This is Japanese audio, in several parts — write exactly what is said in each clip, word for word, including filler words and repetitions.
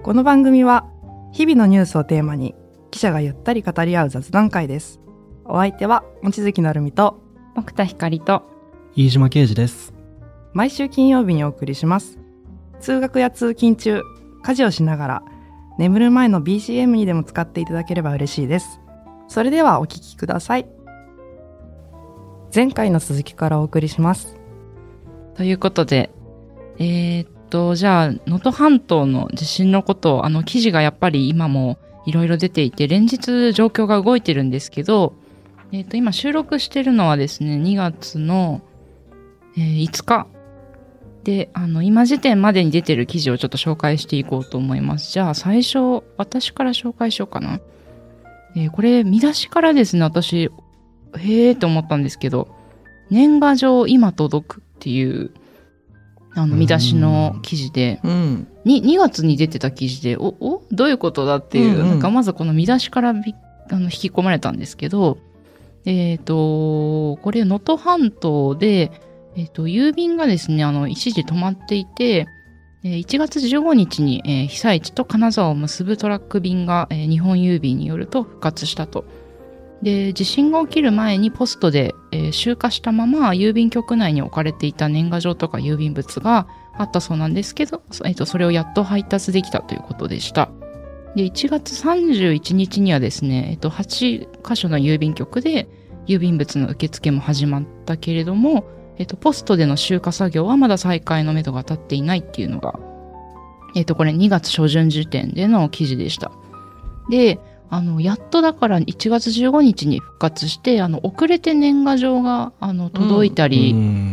この番組は日々のニュースをテーマに記者がゆったり語り合う雑談会です。お相手は望月成美と奥田光と飯島啓二です。 毎週金曜日にお送りします。通学や通勤中、家事をしながら眠る前の ビージーエム にでも使っていただければ嬉しいです。それではお聞きください。前回の続きからお送りします。 ということで、えー、っとじゃあ能登半島の地震のことを、あの記事がやっぱり今もいろいろ出ていて連日状況が動いてるんですけど、えー、っと今収録してるのはですねにがつの、えー、いつかで、あの今時点までに出てる記事をちょっと紹介していこうと思います。じゃあ最初私から紹介しようかな。えー、これ見出しからですね、私へーって思ったんですけど、年賀状今届くっていうあの見出しの記事で、うん、に, にがつに出てた記事で、おおどういうことだっていう、うんうん、なんかまずこの見出しからびあの引き込まれたんですけど、えっ、ー、とこれ能登半島で、えー、と郵便がですねあの一時止まっていて、いちがつじゅうごにちに、えー、被災地と金沢を結ぶトラック便が、えー、日本郵便によると復活したと。で、地震が起きる前にポストで、えー、集荷したまま郵便局内に置かれていた年賀状とか郵便物があったそうなんですけど、えー、とそれをやっと配達できたということでした。で、いちがつさんじゅういちにちにはですね、えー、とはちかしょの郵便局で郵便物の受付も始まったけれども、えー、とポストでの集荷作業はまだ再開のめどが立っていないっていうのが、えー、とこれにがつしょじゅん時点での記事でした。で、あのやっとだからいちがつじゅうごにちに復活して、あの遅れて年賀状があの届いたり、うん、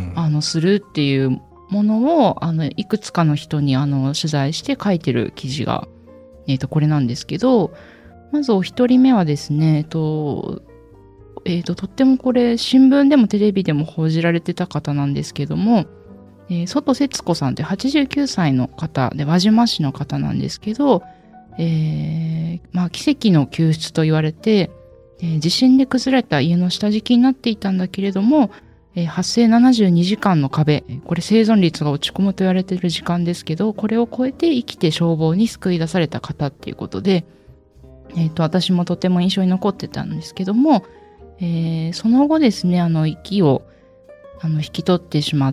あのするっていうものをあのいくつかの人にあの取材して書いてる記事が、えー、とこれなんですけど、まずお一人目はですね、えっとえー、ととってもこれ新聞でもテレビでも報じられてた方なんですけども、えー、外節子さんってはちじゅうきゅうさいの方で輪島市の方なんですけど、えーまあ、奇跡の救出と言われて、えー、地震で崩れた家の下敷きになっていたんだけれども、えー、発生ななじゅうにじかんの壁、これ生存率が落ち込むと言われている時間ですけど、これを超えて生きて消防に救い出された方っていうことで、えー、と私もとても印象に残ってたんですけども、えー、その後ですね、あの息をあの引き取ってしまって、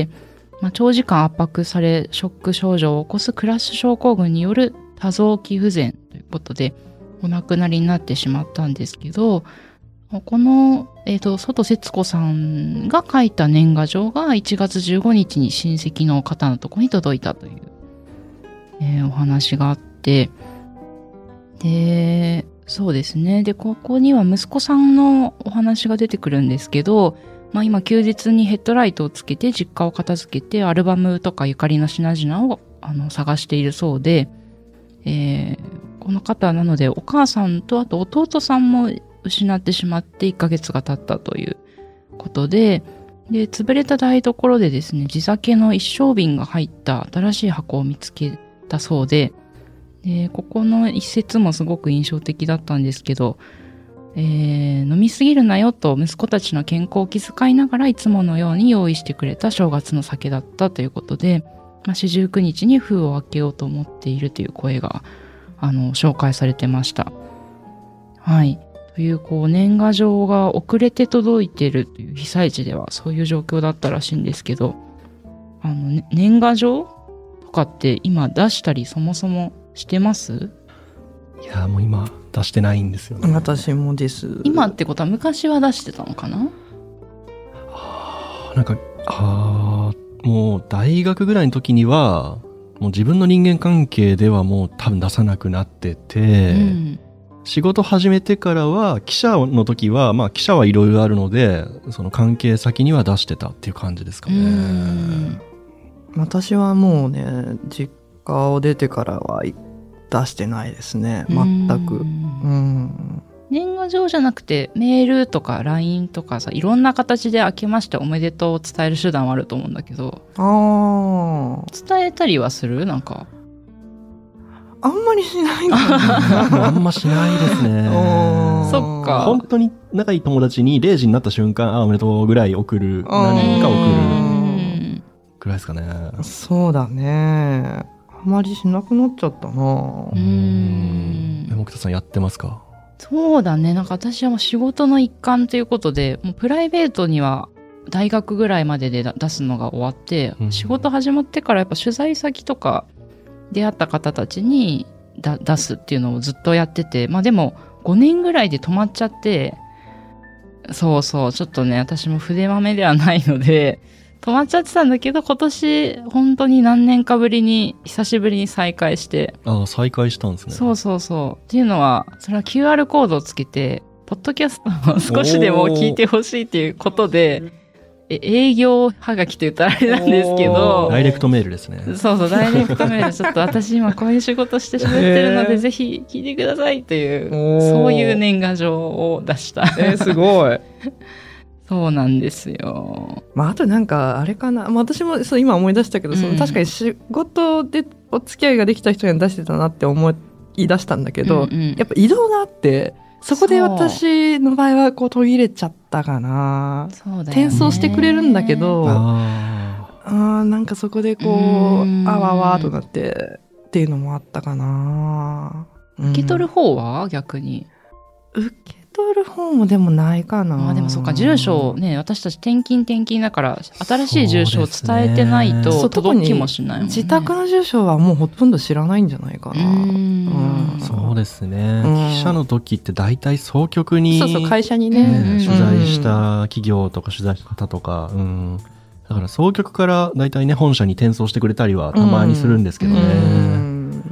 まあ、長時間圧迫されショック症状を起こすクラッシュ症候群による多臓器不全ということでお亡くなりになってしまったんですけど、この、えーと、外節子さんが書いた年賀状がいちがつじゅうごにちに親戚の方のところに届いたという、えー、お話があって、で、そうですね。で、ここには息子さんのお話が出てくるんですけど、まあ今休日にヘッドライトをつけて実家を片付けてアルバムとかゆかりの品々をあの探しているそうで、えー、この方なのでお母さんとあと弟さんも失ってしまっていっかげつが経ったということで、で、潰れた台所でですね、地酒の一升瓶が入った新しい箱を見つけたそうで、でここの一節もすごく印象的だったんですけど、えー、飲みすぎるなよと息子たちの健康を気遣いながらいつものように用意してくれた正月の酒だったということで、まあ、四十九日に封を開けようと思っているという声があの紹介されてました。はい。というこう年賀状が遅れて届いているという被災地ではそういう状況だったらしいんですけど、あの、ね、年賀状とかって今出したりそもそもしてます？ いやもう今出してないんですよね。 私もです。 今ってことは昔は出してたのかな？ あなんかあもう大学ぐらいの時にはもう自分の人間関係ではもう多分出さなくなってて、うん、仕事始めてからは記者の時はまあ記者はいろいろあるのでその関係先には出してたっていう感じですかね。うん、 私はもうね実家を出てからは出してないですね、全く。うん、 年賀状じゃなくてメールとか ライン とかさ、いろんな形で明けましておめでとうを伝える手段はあると思うんだけど、あ伝えたりはする？なんかあんまりしないかあんましないですね。 そっか。 本当に仲いい友達にれいじになった瞬間、あおめでとうぐらい送る、何人か送るぐらいですかね。 そうだね。 まりしなくなっちゃったな。 うーん。 木田さんやってますか？ そうだね。なんか私はもう仕事の一環ということで、もうプライベートには大学ぐらいまでで出すのが終わって、うん、仕事始まってからやっぱ取材先とか出会った方たちにだ出すっていうのをずっとやってて、まあでもごねんぐらいで止まっちゃって、そうそう、ちょっとね、私も筆豆ではないので、止まっちゃってたんだけど、今年本当に何年かぶりに久しぶりに再開して。 ああ、再開したんですね。 そうそうそう。っていうのは、それは キューアール コードをつけて、ポッドキャストを少しでも聞いてほしいっていうことで、え営業はがきと言ったらあれなんですけど。 ダイレクトメールですね。 そうそう、ダイレクトメール。ちょっと私今こういう仕事して喋ってるので、ぜひ聞いてくださいっていう、そういう年賀状を出した。 えー、すごい。 そうなんですよ。 まあ、あとなんか、あれかな。まあ、私もそう今思い出したけど、うん、その確かに仕事でお付き合いができた人には出してたなって思い出したんだけど、うんうん、やっぱ移動があって、そこで私の場合はこう途切れちゃったかな。 そうだよね。 転送してくれるんだけど、ああ、なんかそこでこう、あわわーとなってっていうのもあったかな。 受け取る方は逆に。 受け取る方もでもないかな。 まあでもそうか、住所ね、私たち転勤転勤だから新しい住所を伝えてないと届きもしないもんね。 自宅の住所はもうほとんど知らないんじゃないかな。うんうん、そうですね、うん、記者の時って大体総局に、 そうそう会社にね、 ね、取材した企業とか取材した方とか、うん、だから総局から大体ね本社に転送してくれたりはたまにするんですけどね、うん、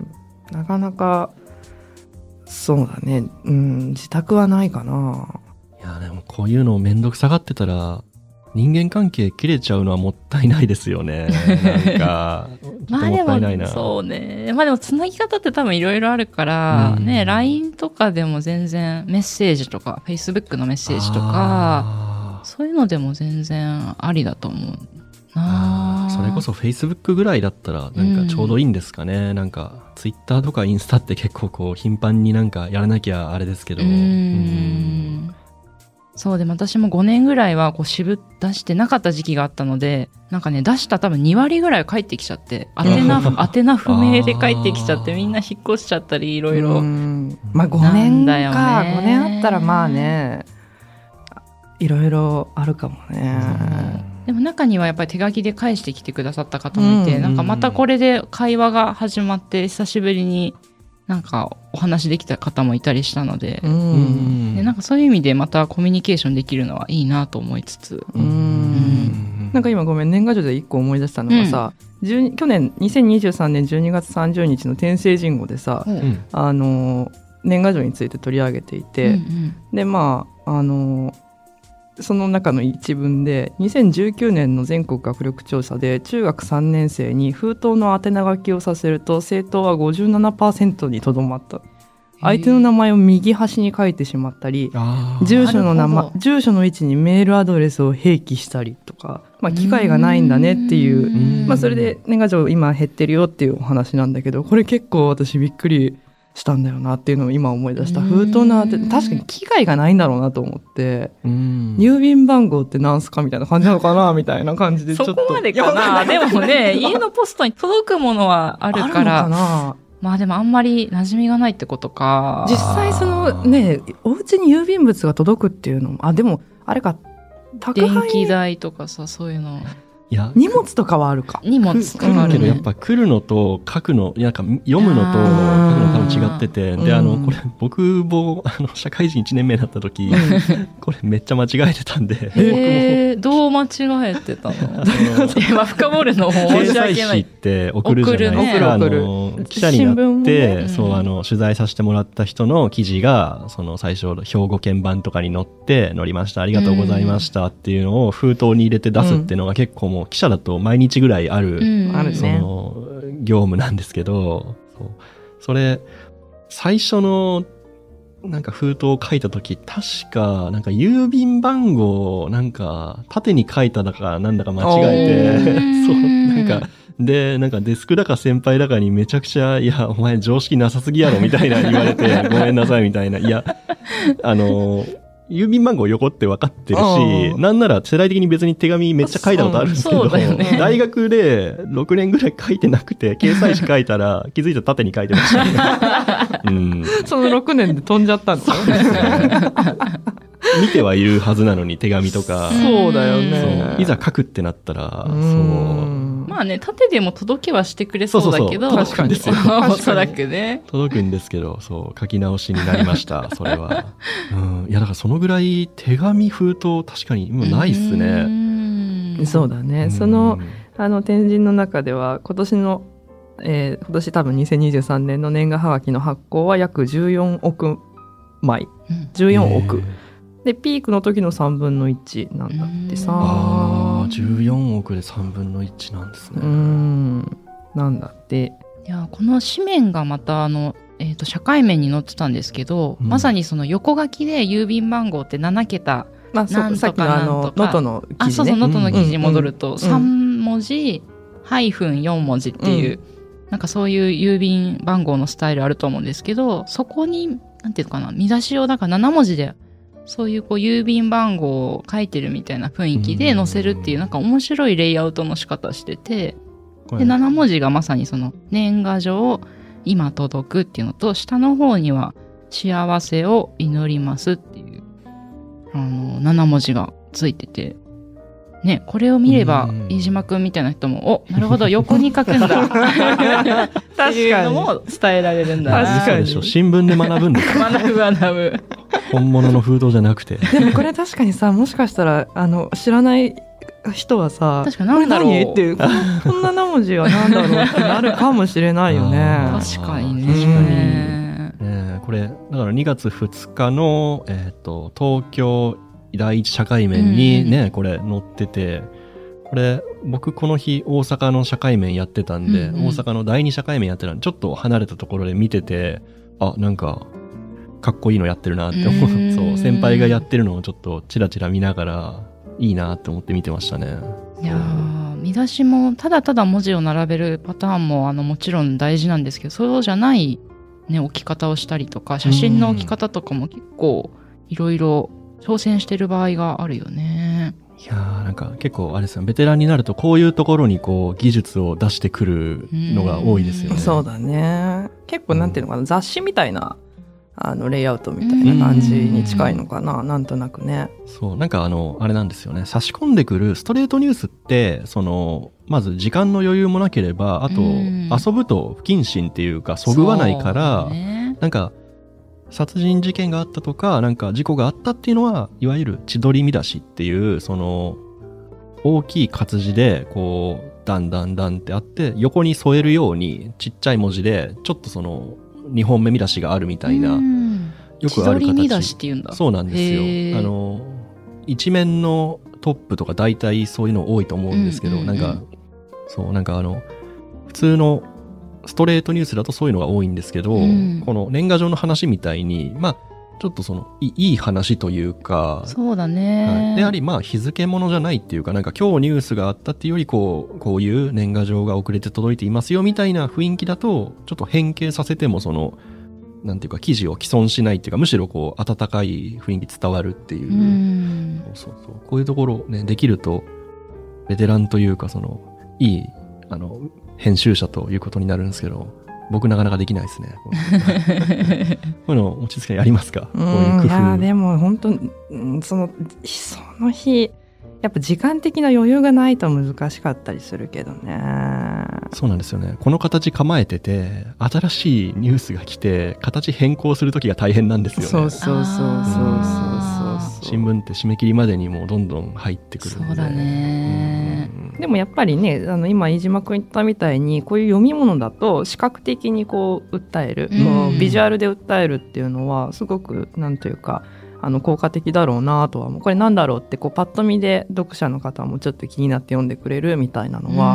なかなかそうだね、うん、自宅はないかな。 いやでもこういうのめんどくさがってたら人間関係切れちゃうのはもったいないですよね。なんかちょっともったいないな。 まあでもそうね。まあでもつなぎ方って多分いろいろあるから、うん、ね ライン とかでも全然メッセージとか Facebook のメッセージとかそういうのでも全然ありだと思うな。 それこそ Facebook ぐらいだったらなんかちょうどいいんですかね、うん、なんか Twitter とかインスタって結構こう頻繁になんかやらなきゃあれですけど、うーん、うんそうでも私もごねんぐらいはこう渋出してなかった時期があったので、なんかね出した多分に割ぐらい返ってきちゃって、宛名宛名不明で返ってきちゃってみんな引っ越しちゃったりいろいろ。 まあごねんか、ね、ごねんあったらまあねいろいろあるかもね。 でも中にはやっぱり手書きで返してきてくださった方もいて、うん、なんかまたこれで会話が始まって久しぶりになんかお話できた方もいたりしたので、うん、でなんかそういう意味でまたコミュニケーションできるのはいいなと思いつつ、うんうん、 なんか今ごめん年賀状で一個思い出したのがさ、うん、去年にせんにじゅうさんねんじゅうにがつさんじゅうにちの天聖人語でさ、うん、あの年賀状について取り上げていて、うんうん、でまああのその中の一文でにせんじゅうきゅうねんの全国学力調査で中学さんねん生に封筒の宛名書きをさせると正答は ごじゅうななパーセント にとどまった。相手の名前を右端に書いてしまったり、住所の名前、住所の位置にメールアドレスを併記したりとか、まあ、機会がないんだねっていう、まあ、それで年賀状今減ってるよっていうお話なんだけど、これ結構私びっくりしたんだよなっていうのを今思い出した。封筒の当て確かに機会がないんだろうなと思って、郵便番号ってなんすかみたいな感じなのかなみたいな感じでちょっとそこまでかな。でもね家のポストに届くものはあるからあるのかな。 まあでもあんまり馴染みがないってことか。 実際そのねお家に郵便物が届くっていうのもあでもあれか宅配電気代とかさそういうのいや荷物とかはあるか。 荷物とかある、ね、 けどやっぱ来るのと書くのなんか読むのと書くの多分違ってて、であのこれ僕もあの社会人いちねんめになった時これめっちゃ間違えてたんで、 えー、どう間違えてたの？今深掘るの申し訳ない。 掲載誌って送るじゃないですか。あの記者になって、ね、そうあの取材させてもらった人の記事がその最初兵庫県版とかに載って載りましたありがとうございましたっていうのを封筒に入れて出すっていうのが結構もう記者だと毎日ぐらいある、うん、その業務なんですけど、そうそれ最初のなんか封筒を書いた時確かなんか郵便番号をなんか縦に書いただかなんだか間違えてそうなんかでなんかデスクだか先輩だかにめちゃくちゃいやお前常識なさすぎやろみたいな言われてごめんなさいみたいな、いやあの郵便番号横って分かってるし、なんなら世代的に別に手紙めっちゃ書いたことあるんですけど、ね、大学でろくねんぐらい書いてなくて、掲載誌書いたら気づいたら縦に書いてましたね。うん、そのろくねんで飛んじゃったんですよね。 見てはいるはずなのに手紙とか。 そうだよね。 いざ書くってなったら、そう。 まあね、縦でも届けはしてくれそうだけど、 そうそうそう、確かにですよ。 おそらくね。 届くんですけど、そう、書き直しになりました、それは。うん。いや、だからそのぐらい手紙封筒確かに今ないっすね。 そうだね。その、あの、天神の中では、今年の、えー、今年多分にせんにじゅうさんねんの年賀はがきの発行は約じゅうよんおくまい。じゅうよんおく。で、ピークの時のさんぶんのいちなんだってさ。 ああ、じゅうよんおくでさんぶんのいちなんですね。 うん。なんだって。 いや、この紙面がまた、あの、えっと、社会面に載ってたんですけど、うん、まさにその横書きで郵便番号ってななけた、 まあ、 なんとかなんとか。 能登の記事ね。 あ、そうそう、能登の記事に戻ると、さんもじ、ハイフンよんもじっていう、うん、なんかそういう郵便番号のスタイルあると思うんですけど、そこに、なんていうのかな、見出しをだからななもじで、そういうこう郵便番号を書いてるみたいな雰囲気で載せるっていうなんか面白いレイアウトの仕方してて、でななもじがまさにその年賀状今届くっていうのと、下の方には幸せを祈りますっていうあのななもじがついてて、ね、これを見れば飯島くんみたいな人も、お、なるほど、横に書くんだっていうのも伝えられるんだな。 確かに。新聞で学ぶんです学ぶ学ぶ。 本物の封筒じゃなくて。 でもこれ確かにさ、もしかしたらあの知らない人はさ、 確かに何だろうっていう、こんななな文字は何だろうってなるかもしれないよね。 確かにね。確かにね。 ね、これだからにがつふつかの、えーと、東京第一社会面にね、うん、これ載ってて、これ僕この日大阪の社会面やってたんで、うんうん、大阪の第二社会面やってたんで、ちょっと離れたところで見てて、あ、なんかかっこいいのやってるなって思う。うそう、先輩がやってるのをちょっとチラチラ見ながらいいなって思って見てましたね。 いやー、見出しもただただ文字を並べるパターンもあのもちろん大事なんですけど、そうじゃないね、置き方をしたりとか、写真の置き方とかも結構いろいろ挑戦してる場合があるよね。 いやー、なんか結構あれですよ、ベテランになるとこういうところにこう技術を出してくるのが多いですよね。 そうだね。結構なんていうのかな、雑誌みたいなあのレイアウトみたいな感じに近いのかな、なんとなくね。 そう、なんかあのあれなんですよね、差し込んでくるストレートニュースって、そのまず時間の余裕もなければ、あと遊ぶと不謹慎っていうかそぐわないから、ね、なんか殺人事件があったとか、なんか事故があったっていうのは、いわゆる千鳥見出しっていう、その、大きい活字で、こう、ダンダンダンってあって、横に添えるように、ちっちゃい文字で、ちょっとその、にほんめ見出しがあるみたいな、よくある形。千鳥見出しっていうんだ。 そうなんですよ。あの、一面のトップとか大体そういうの多いと思うんですけど、うんうんうん、なんか、そう、なんかあの、普通の、ストレートニュースだとそういうのが多いんですけど、うん、この年賀状の話みたいに、まあ、ちょっとそのいい話というか、 そうだね、 はい、であり、まあ日付物じゃないっていうか、なんか今日ニュースがあったっていうより、こうこういう年賀状が遅れて届いていますよみたいな雰囲気だと、ちょっと変形させてもそのなんていうか記事を既存しないっていうか、むしろこう温かい雰囲気伝わるっていう、うん、そうそうそう、こういうところねできるとベテランというか、そのいいあの編集者ということになるんですけど、僕なかなかできないですね。こういうの落ち着けありますか？こういう工夫。いやでも本当そのその日やっぱ時間的な余裕がないと難しかったりするけどね。 そうなんですよね。この形構えてて、新しいニュースが来て形変更するときが大変なんですよね。 そうそうそうそうそうそう。 新聞って締め切りまでにもうどんどん入ってくるので。 そうだね。 でもやっぱりね、あの今飯島君言ったみたいに、こういう読み物だと視覚的にこう訴える、うん、こうビジュアルで訴えるっていうのはすごくなんというかあの効果的だろうなとは、これなんだろうってこうパッと見で読者の方もちょっと気になって読んでくれるみたいなのは、うん、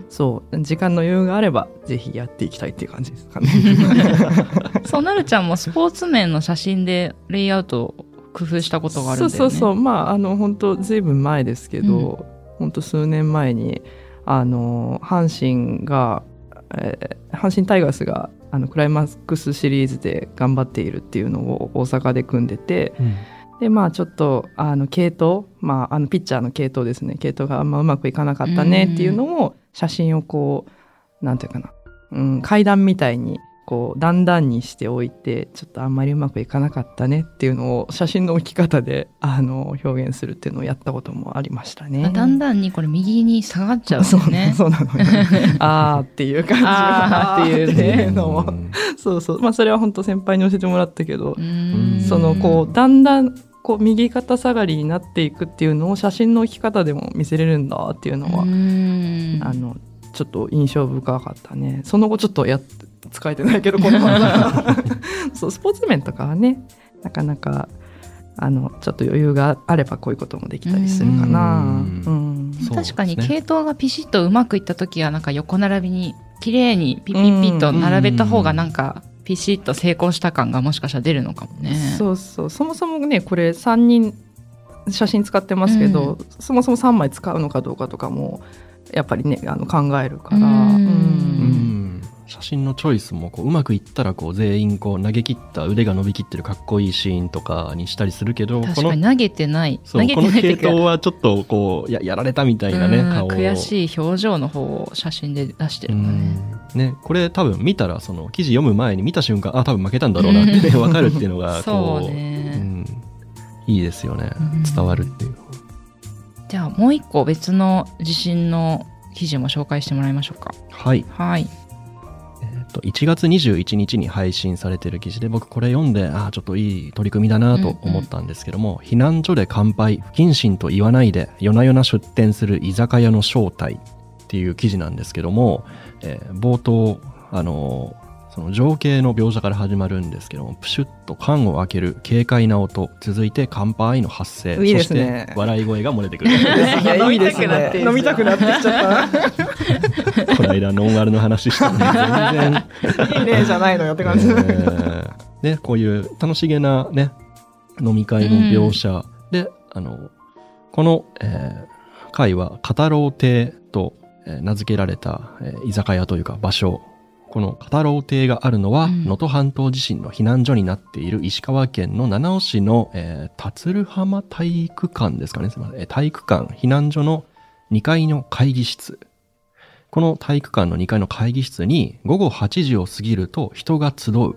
そう時間の余裕があればぜひやっていきたいっていう感じですかね。 そうなるちゃんもスポーツ面の写真でレイアウト工夫したことがあるんだよね。 そうそうそう、まああの本当ずいぶん前ですけど、うん、本当数年前にあの阪神が、えー、阪神タイガースがあのクライマックスシリーズで頑張っているっていうのを大阪で組んでて、うん、 でまあちょっとあの系統、まあ、あのピッチャーの系統ですね、系統があんまうまくいかなかったねっていうのを写真をこうなんていうかな、うん、階段みたいにこう段々にしておいて、ちょっとあんまりうまくいかなかったねっていうのを写真の置き方であの表現するっていうのをやったこともありましたね。 だんだんにこれ右に下がっちゃうんですね。 そう、そうなのよあーっていう感じがっていうねのもそうそう、まあそれは本当先輩に教えてもらったけど、そのこうだんだんこう右肩下がりになっていくっていうのを写真の置き方でも見せれるんだっていうのはあのちょっと印象深かったね。その後ちょっとやっ使えてないけどこのそうスポーツ面とかはね、なかなかあのちょっと余裕があればこういうこともできたりするかな。うんうん、 確かに系統がピシッとうまくいった時はなんか横並びに綺麗にピッピッピッと並べた方がなんかピシッと成功した感がもしかしたら出るのかもね。 そうそう、そもそもねこれさんにん写真使ってますけど、うん、そもそもさんまい使うのかどうかとかもやっぱりねあの考えるから、うんうん、 写真のチョイスもこううまくいったらこう全員こう投げ切った腕が伸びきってるかっこいいシーンとかにしたりするけど、 確かに投げてないそう投げてないこの系統はちょっとこう や, やられたみたいなね顔を悔しい表情の方を写真で出してるんだね。 ね、これ多分見たらその記事読む前に見た瞬間あ多分負けたんだろうなってね分かるっていうのがこうそうね、 うん、いいですよね、伝わるっていう。 じゃあもう一個別の地震の記事も紹介してもらいましょうか。 はい、 はいえー、といちがつにじゅういちにちに配信されている記事で、僕これ読んであちょっといい取り組みだなと思ったんですけども、うんうん、避難所で乾杯不謹慎と言わないで夜な夜な出店する居酒屋の正体っていう記事なんですけども、えー、冒頭あのーその情景の描写から始まるんですけども、プシュッと缶を開ける軽快な音、続いて乾杯の発声、 いいですね、 そして笑い声が漏れてくるいやいいですね、飲みたくなってきちゃったこの間ノンアルの話したのに全然いい例じゃないのよって感じ、えーね、こういう楽しげな、ね、飲み会の描写、うん、であのこの、えー、会は語ろう亭と、えー、名付けられた、えー、居酒屋というか場所、この語ろう亭があるのは能登、うん、半島地震の避難所になっている石川県の七尾市の、えー、辰留浜体育館ですかね、すみません、体育館避難所のにかいの会議室、この体育館のにかいの会議室にごごはちじを過ぎると人が集う、うん、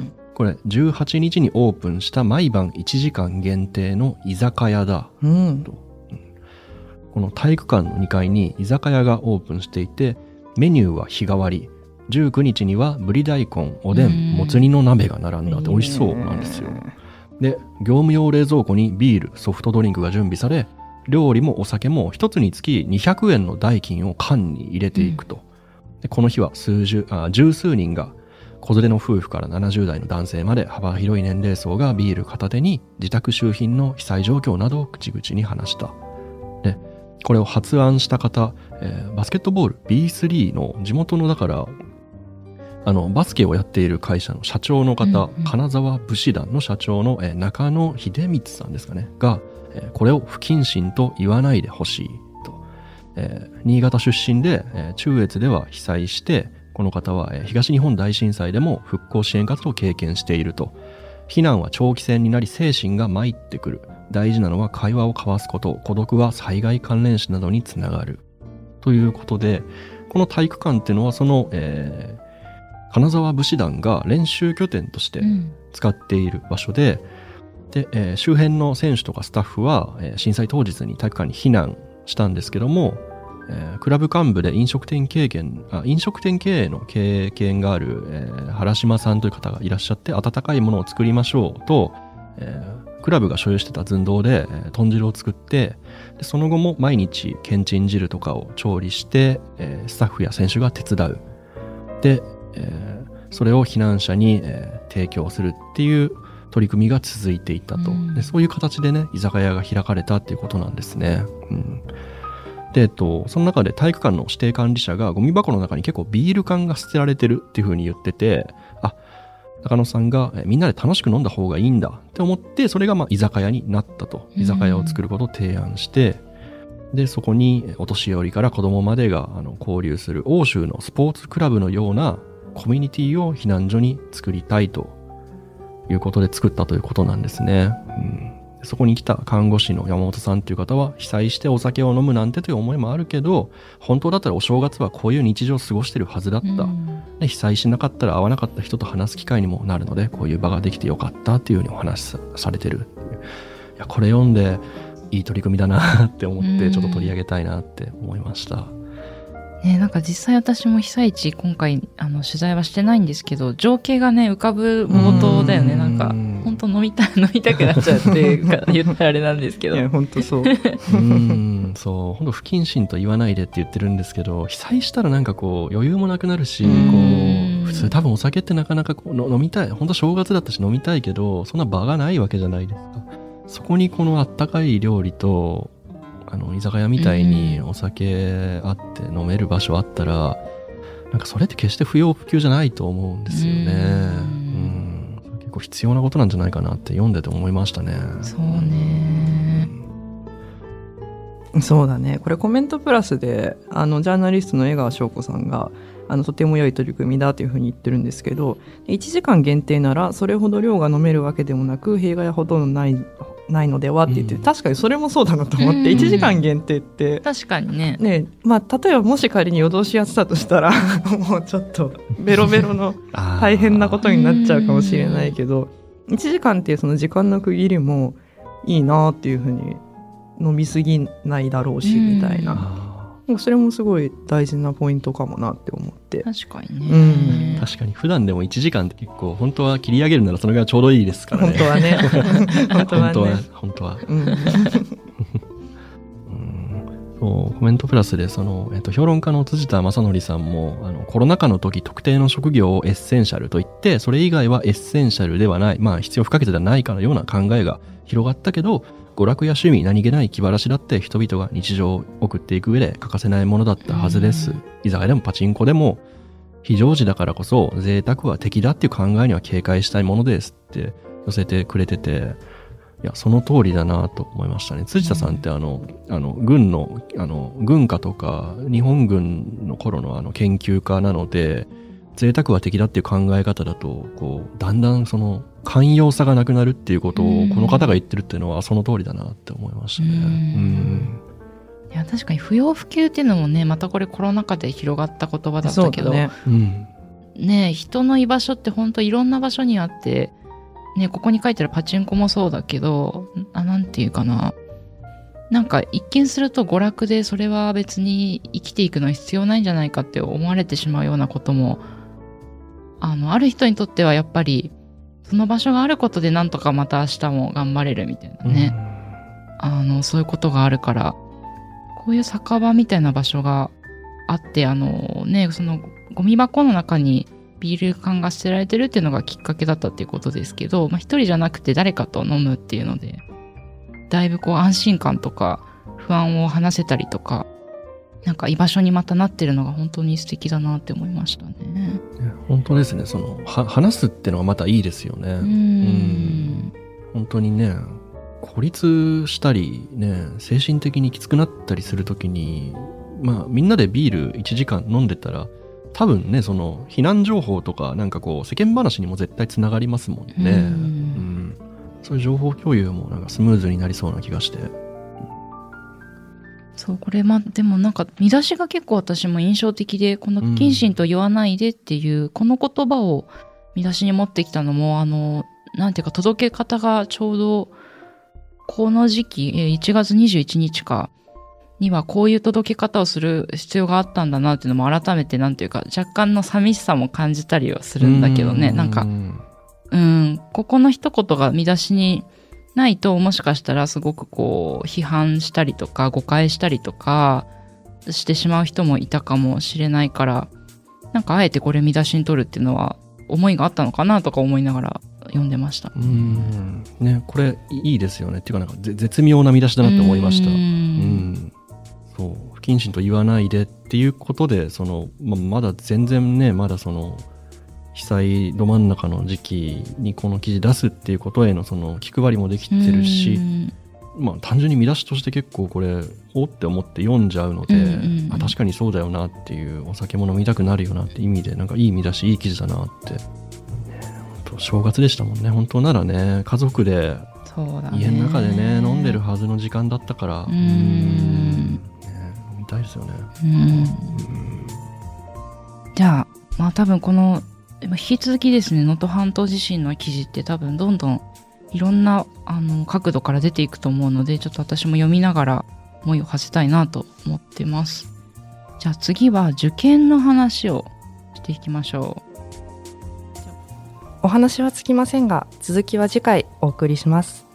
これじゅうはちにちにオープンした毎晩いちじかん限定の居酒屋だ、うんと、この体育館のにかいに居酒屋がオープンしていて、メニューは日替わり、じゅうくにちにはぶり大根、おでん、もつ煮の鍋が並んだって美味しそうなんですよ。で、業務用冷蔵庫にビール、ソフトドリンクが準備され、料理もお酒も一つにつきにひゃくえんの代金を缶に入れていくと。でこの日は数十あ十数人が、子連れの夫婦からななじゅうだいの男性まで幅広い年齢層がビール片手に自宅周辺の被災状況などを口々に話した。でこれを発案した方、えー、バスケットボール ビースリー の地元のだからあのバスケをやっている会社の社長の方、うんうん、金沢武士団の社長の、えー、中野秀光さんですかねが、えー、これを不謹慎と言わないでほしいと、えー、新潟出身で、えー、中越では被災して、この方は、えー、東日本大震災でも復興支援活動を経験していると。避難は長期戦になり精神が参ってくる。大事なのは会話を交わすこと。孤独は災害関連死などにつながる。ということで、この体育館っていうのはその、えー金沢武士団が練習拠点として使っている場所で、うんでえー、周辺の選手とかスタッフは、えー、震災当日に体育館に避難したんですけども、えー、クラブ幹部で飲食店経験あ飲食店経営の経験がある、えー、原島さんという方がいらっしゃって、温かいものを作りましょうと、えー、クラブが所有してた寸胴で、えー、豚汁を作って、でその後も毎日けんちん汁とかを調理して、えー、スタッフや選手が手伝う。でえー、それを避難者に、えー、提供するっていう取り組みが続いていたと、うん、でそういう形でね居酒屋が開かれたっていうことなんですね、うん、で、えっと、その中で体育館の指定管理者がゴミ箱の中に結構ビール缶が捨てられてるっていう風に言ってて、あ、中野さんが、えー、みんなで楽しく飲んだ方がいいんだって思って、それがまあ居酒屋になったと、居酒屋を作ることを提案して、うん、でそこにお年寄りから子供までがあの交流する欧州のスポーツクラブのようなコミュニティを避難所に作りたいということで作ったということなんですね、うん、 そこに来た看護師の山本さんという方は、被災してお酒を飲むなんてという思いもあるけど、本当だったらお正月はこういう日常を過ごしてるはずだった、うん、で被災しなかったら会わなかった人と話す機会にもなるので、こういう場ができてよかったっていうふうにお話しされてる。いや、これ読んでいい取り組みだなって思って、ちょっと取り上げたいなって思いました。 ね、なんか実際私も被災地今回あの取材はしてないんですけど、情景がね浮かぶ冒頭だよね。なんか本当飲みたい飲みたくなっちゃうって言ったらあれなんですけど、 いや本当そう。 うんそう本当不謹慎と言わないでって言ってるんですけど、被災したらなんかこう余裕もなくなるし、こう普通多分お酒ってなかなかこうの飲みたい、本当正月だったし飲みたいけど、そんな場がないわけじゃないですか。そこにこのあったかい料理とあの居酒屋みたいにお酒あって飲める場所あったら、なんかそれって決して不要不急じゃないと思うんですよね。うんうん、結構必要なことなんじゃないかなって読んでて思いましたね。 そうね、 うん、そうだね。これコメントプラスであのジャーナリストの江川翔子さんがあのとても良い取り組みだというふうに言ってるんですけど、いちじかん限定ならそれほど量が飲めるわけでもなく弊害はほとんどないないのではって言って、うん、確かにそれもそうだなと思って、うん、いちじかん限定って確かにね、 ね、まあ、例えばもし仮に夜通しやってたとしたらもうちょっとベロベロの大変なことになっちゃうかもしれないけど、いちじかんっていうその時間の区切りもいいなっていうふうに、飲みすぎないだろうしみたいな、それもすごい大事なポイントかもなって思って。 確かにね、 うん、確かに普段でもいちじかんって結構本当は切り上げるならそれがちょうどいいですからね。 本当はね本当はね本当は、うん、そうコメントプラスでその、えっと、評論家の辻田正則さんもあのコロナ禍の時特定の職業をエッセンシャルと言って、それ以外はエッセンシャルではない、まあ必要不可欠ではないかのような考えが広がったけど、娯楽や趣味、何気ない気晴らしだって人々が日常を送っていく上で欠かせないものだったはずです。居酒屋でもパチンコでも非常時だからこそ贅沢は敵だっていう考えには警戒したいものですって寄せてくれてて、いやその通りだなと思いましたね。辻田さんってあの、あの軍のあの軍歌とか日本軍の頃のあの研究家なので、贅沢は敵だっていう考え方だとこうだんだんその寛容さがなくなるっていうことをこの方が言ってるっていうのはその通りだなって思いましたね。うんうんいや確かに不要不急っていうのもね、またこれコロナ禍で広がった言葉だったけどね、うん、ね人の居場所って本当いろんな場所にあって、ね、ここに書いてあるパチンコもそうだけど、あなんていうかな、なんか一見すると娯楽でそれは別に生きていくのは必要ないんじゃないかって思われてしまうようなことも、あのある人にとってはやっぱりその場所があることでなんとかまた明日も頑張れるみたいなね、うん、あのそういうことがあるから、こういう酒場みたいな場所があって、あのねそのゴミ箱の中にビール缶が捨てられてるっていうのがきっかけだったっていうことですけど、まあ、一人じゃなくて誰かと飲むっていうのでだいぶこう安心感とか不安を話せたりとか、なんか居場所にまたなってるのが本当に素敵だなって思いましたね。 本当ですね。そのは話すってのがまたいいですよね。うんうん本当にね、孤立したりね、精神的にきつくなったりするときに、まあみんなでビールいちじかん飲んでたら多分ね、その避難情報とかなんかこう世間話にも絶対つながりますもんね。うん、うん、そういう情報共有もなんかスムーズになりそうな気がして。 そうこれまでもなんか見出しが結構私も印象的で、この不謹慎と言わないでっていう、うん、この言葉を見出しに持ってきたのも、あのなんていうか届け方がちょうどこの時期いちがつにじゅういちにちかにはこういう届け方をする必要があったんだなっていうのも改めてなんていうか若干の寂しさも感じたりはするんだけどね、んなんかうんここの一言が見出しにないと、もしかしたらすごくこう批判したりとか誤解したりとかしてしまう人もいたかもしれないから、なんかあえてこれ見出しに取るっていうのは思いがあったのかなとか思いながら読んでました。 うんね、これいいですよねっていうか、なんか絶妙な見出しだなって思いました。うんうんそう不謹慎と言わないでっていうことで、その、ま、まだ全然ねまだその被災ど真ん中の時期にこの記事出すっていうことへのその気配りもできてるし、まあ単純に見出しとして結構これおって思って読んじゃうので、うんうんうん、あ確かにそうだよなっていう、お酒も飲みたくなるよなって意味で、なんかいい見出しいい記事だなって、ね、本当正月でしたもんね。本当ならね家族でそうだね、 家の中でね飲んでるはずの時間だったから、 うん、 ね、飲みたいですよね。 うん、うん、じゃあまあ多分この引き続きですね、能登半島地震の記事って多分どんどんいろんなあの角度から出ていくと思うので、ちょっと私も読みながら思いを馳せたいなと思ってます。じゃあ次は受験の話をしていきましょう。 お話はつきませんが、続きは次回お送りします。